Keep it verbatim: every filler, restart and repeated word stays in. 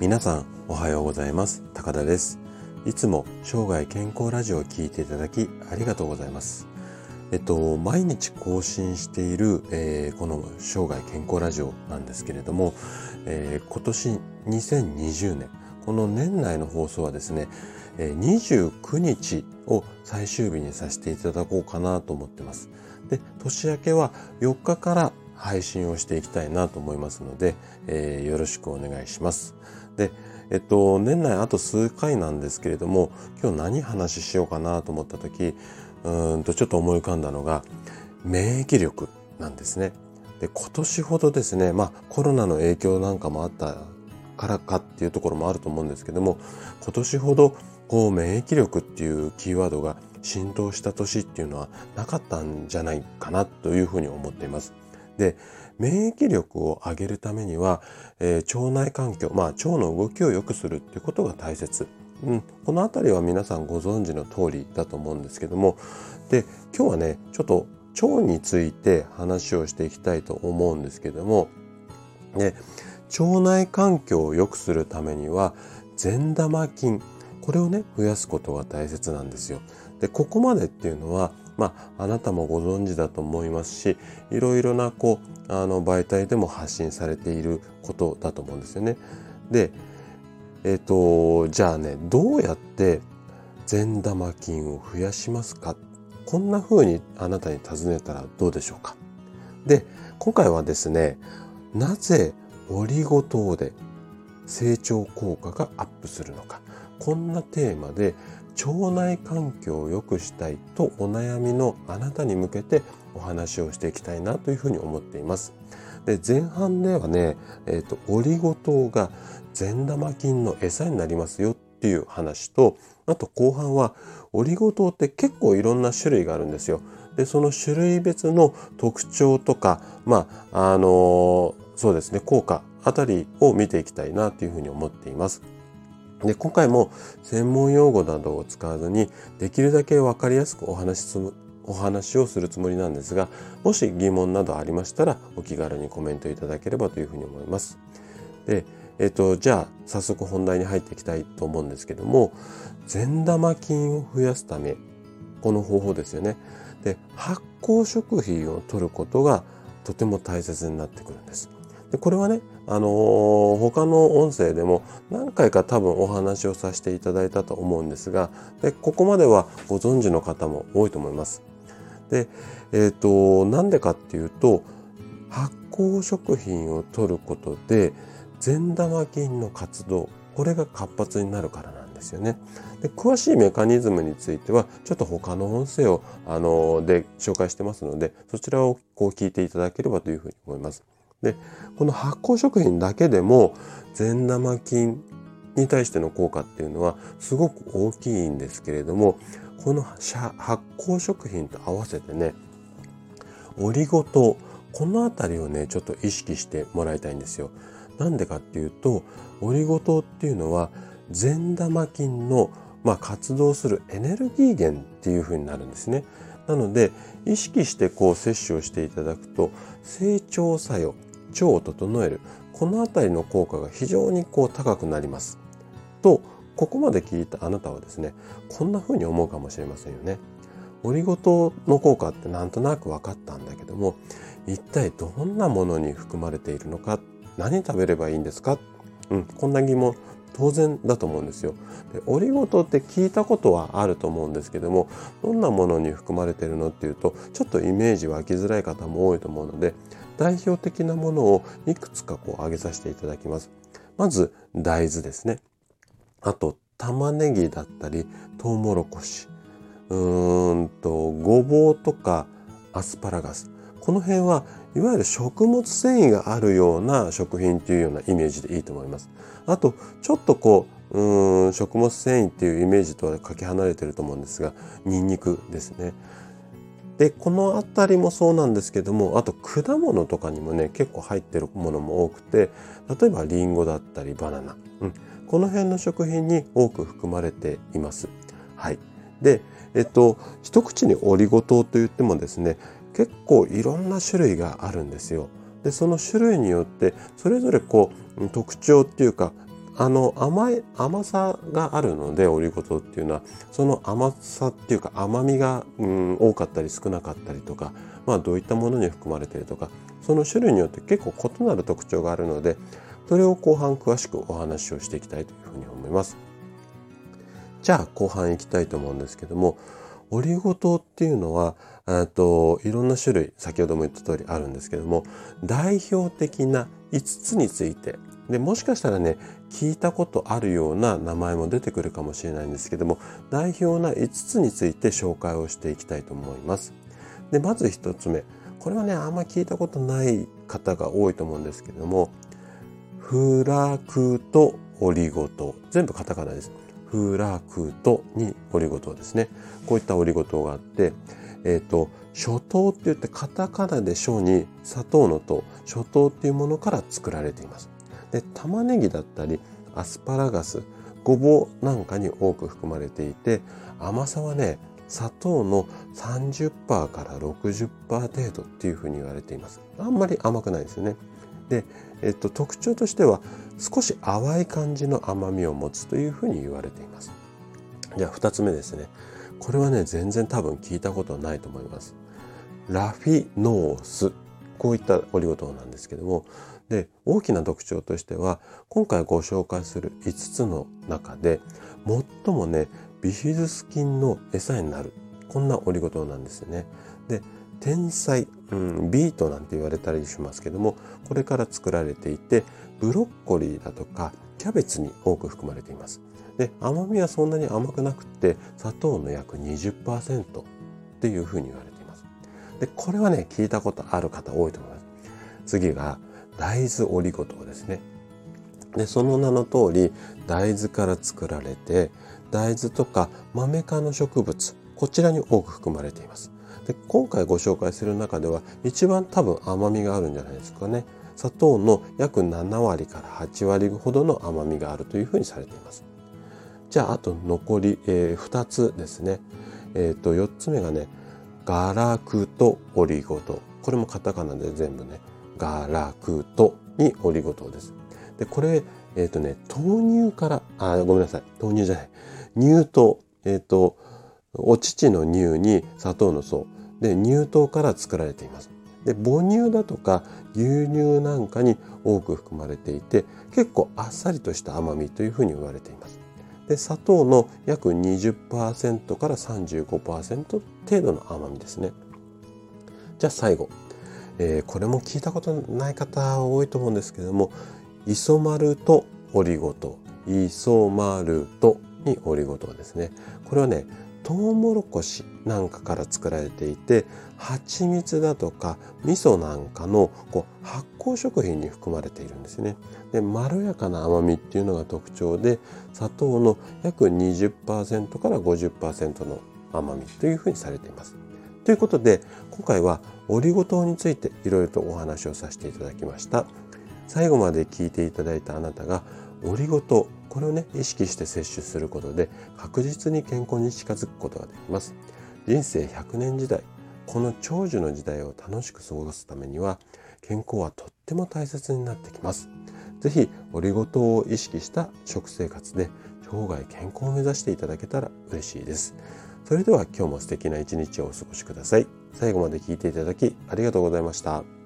皆さんおはようございます。高田です。いつも生涯健康ラジオを聞いていただきありがとうございます。えっと毎日更新している、えー、この生涯健康ラジオなんですけれども、えー、今年にせんにじゅうねんこの年内の放送はですね、にじゅうくにちを最終日にさせていただこうかなと思ってます。で、年明けはよっかから配信をしていきたいなと思いますので、えー、よろしくお願いします。で、えっと、年内あと数回なんですけれども、今日何話しようかなと思った時、うーんとちょっと思い浮かんだのが、免疫力なんですね。で、今年ほどですね、まあコロナの影響なんかもあったからかっていうところもあると思うんですけども、今年ほどこう免疫力っていうキーワードが浸透した年っていうのはなかったんじゃないかなというふうに思っています。で、免疫力を上げるためには、えー、腸内環境、まあ腸の動きを良くするっていうことが大切。うん、このあたりは皆さんご存知の通りだと思うんですけども、で、今日はね、ちょっと腸について話をしていきたいと思うんですけども、で、腸内環境を良くするためには善玉菌、これをね増やすことが大切なんですよ。で、ここまでっていうのはまああなたもご存知だと思いますし、いろいろなこうあの媒体でも発信されていることだと思うんですよね。で、えっとじゃあね、どうやって善玉菌を増やしますか、こんな風にあなたに尋ねたらどうでしょうか。で、今回はですね、なぜオリゴ糖で成長効果がアップするのか、こんなテーマで腸内環境を良くしたいとお悩みのあなたに向けてお話をしていきたいなというふうに思っています。で、前半ではね、えっと、オリゴ糖が善玉菌の餌になりますよっていう話と、あと後半はオリゴ糖って結構いろんな種類があるんですよ。で、その種類別の特徴とか、まあ、あの、そうですね、効果あたりを見ていきたいなというふうに思っています。で、今回も専門用語などを使わずに、できるだけわかりやすくお話しするお話をするつもりなんですが、もし疑問などありましたらお気軽にコメントいただければというふうに思います。で、えっと、じゃあ早速本題に入っていきたいと思うんですけども、善玉菌を増やすため、この方法ですよね。で、発酵食品を摂ることがとても大切になってくるんです。で、これはね、あのー、他の音声でも何回か多分お話をさせていただいたと思うんですが、で、ここまではご存知の方も多いと思います。で、えっと、なんでかっていうと、発酵食品を摂ることで善玉菌の活動、これが活発になるからなんですよね。で、詳しいメカニズムについてはちょっと他の音声をあので紹介してますので、そちらをこう聞いていただければというふうに思います。で、この発酵食品だけでも善玉菌に対しての効果っていうのはすごく大きいんですけれども、この発酵食品と合わせてね、オリゴ糖、このあたりをねちょっと意識してもらいたいんですよ。なんでかっていうと、オリゴ糖っていうのは善玉菌の、まあ、活動するエネルギー源っていう風になるんですね。なので意識してこう摂取をしていただくと、整腸作用、腸を整える、このあたりの効果が非常にこう高くなりますと、ここまで聞いたあなたはですね、こんな風に思うかもしれませんよね。オリゴ糖の効果ってなんとなく分かったんだけども、一体どんなものに含まれているのか、何食べればいいんですか、うん、こんな疑問当然だと思うんですよ。で、オリゴ糖って聞いたことはあると思うんですけども、どんなものに含まれているのっていうとちょっとイメージ湧きづらい方も多いと思うので、代表的なものをいくつかこう挙げさせていただきます。まず大豆ですね。あと玉ねぎだったりトウモロコシ、うーんとごぼうとかアスパラガス、この辺はいわゆる食物繊維があるような食品っていうようなイメージでいいと思います。あとちょっとこう、うーん食物繊維っていうイメージとはかけ離れてると思うんですが、ニンニクですね。で、このあたりもそうなんですけども、あと果物とかにもね結構入ってるものも多くて、例えばリンゴだったりバナナ、うん、この辺の食品に多く含まれています。はい。で、えっと一口にオリゴ糖と言ってもですね、結構いろんな種類があるんですよ。で、その種類によってそれぞれこう特徴っていうか、 あの甘い甘さがあるので、オリゴ糖っていうのはその甘さっていうか甘みが、うん、多かったり少なかったりとか、まあどういったものに含まれているとか、その種類によって結構異なる特徴があるので、それを後半詳しくお話をしていきたいというふうに思います。じゃあ後半いきたいと思うんですけども、オリゴ糖っていうのはといろんな種類、先ほども言った通りあるんですけども、代表的ないつつについてで、もしかしたらね聞いたことあるような名前も出てくるかもしれないんですけども、代表ないつつについて紹介をしていきたいと思います。でまずひとつめ、これはねあんまり聞いたことない方が多いと思うんですけども、フラクトオリゴ糖、全部カタカナです。フラクトにオリゴ糖ですね。こういったオリゴ糖があって、えっと、初糖って言ってカタカナで初に砂糖の糖、初糖っていうものから作られています。で、玉ねぎだったりアスパラガス、ごぼうなんかに多く含まれていて、甘さはね、砂糖の さんじゅっパーセント から ろくじゅっパーセント 程度っていうふうに言われています。あんまり甘くないですよね。で、えっと、特徴としては少し淡い感じの甘みを持つというふうに言われています。じゃあふたつめですね。これはね全然多分聞いたことないと思います。ラフィノース、こういったオリゴ糖なんですけども、で大きな特徴としては今回ご紹介するいつつの中で最もねビフィズス菌の餌になる、こんなオリゴ糖なんですよね。で天才、うん、ビートなんて言われたりしますけども、これから作られていて、ブロッコリーだとかキャベツに多く含まれています。で甘みはそんなに甘くなくて、砂糖の約 にじゅっパーセント っていうふうに言われています。でこれはね聞いたことある方多いと思います。次が大豆オリゴ糖ですね。でその名の通り大豆から作られて、大豆とかマメ科の植物、こちらに多く含まれています。で今回ご紹介する中では一番多分甘みがあるんじゃないですかね。砂糖の約ななわりからはちわりほどの甘みがあるというふうにされています。じゃああと残り、えー、ふたつですね。えー、とよっつめがねガラクトオリゴ糖、これもカタカナで全部ねガラクトにオリゴ糖です。でこれえっ、ー、とね豆乳からあごめんなさい豆乳じゃない乳糖、えっ、ー、とお乳の乳に砂糖の層で乳糖から作られています。で母乳だとか牛乳なんかに多く含まれていて、結構あっさりとした甘みというふうに言われています。で砂糖の約 にじゅっパーセント から さんじゅうごパーセント 程度の甘みですね。じゃあ最後、えー、これも聞いたことない方多いと思うんですけども、イソマルトオリゴ糖、イソマルトにオリゴ糖ですね。これはねトウモロコシなんかから作られていて、蜂蜜だとか味噌なんかのこう発酵食品に含まれているんですね。でまろやかな甘みっていうのが特徴で、砂糖の約 にじゅっパーセント から ごじゅっパーセント の甘みというふうにされています。ということで今回はオリゴ糖についていろいろとお話をさせていただきました。最後まで聞いていただいたあなたがオリゴ糖、これをね意識して摂取することで確実に健康に近づくことができます。人生ひゃくねん時代、この長寿の時代を楽しく過ごすためには健康はとっても大切になってきます。ぜひオリゴ糖を意識した食生活で生涯健康を目指していただけたら嬉しいです。それでは今日も素敵な一日をお過ごしください。最後まで聞いていただきありがとうございました。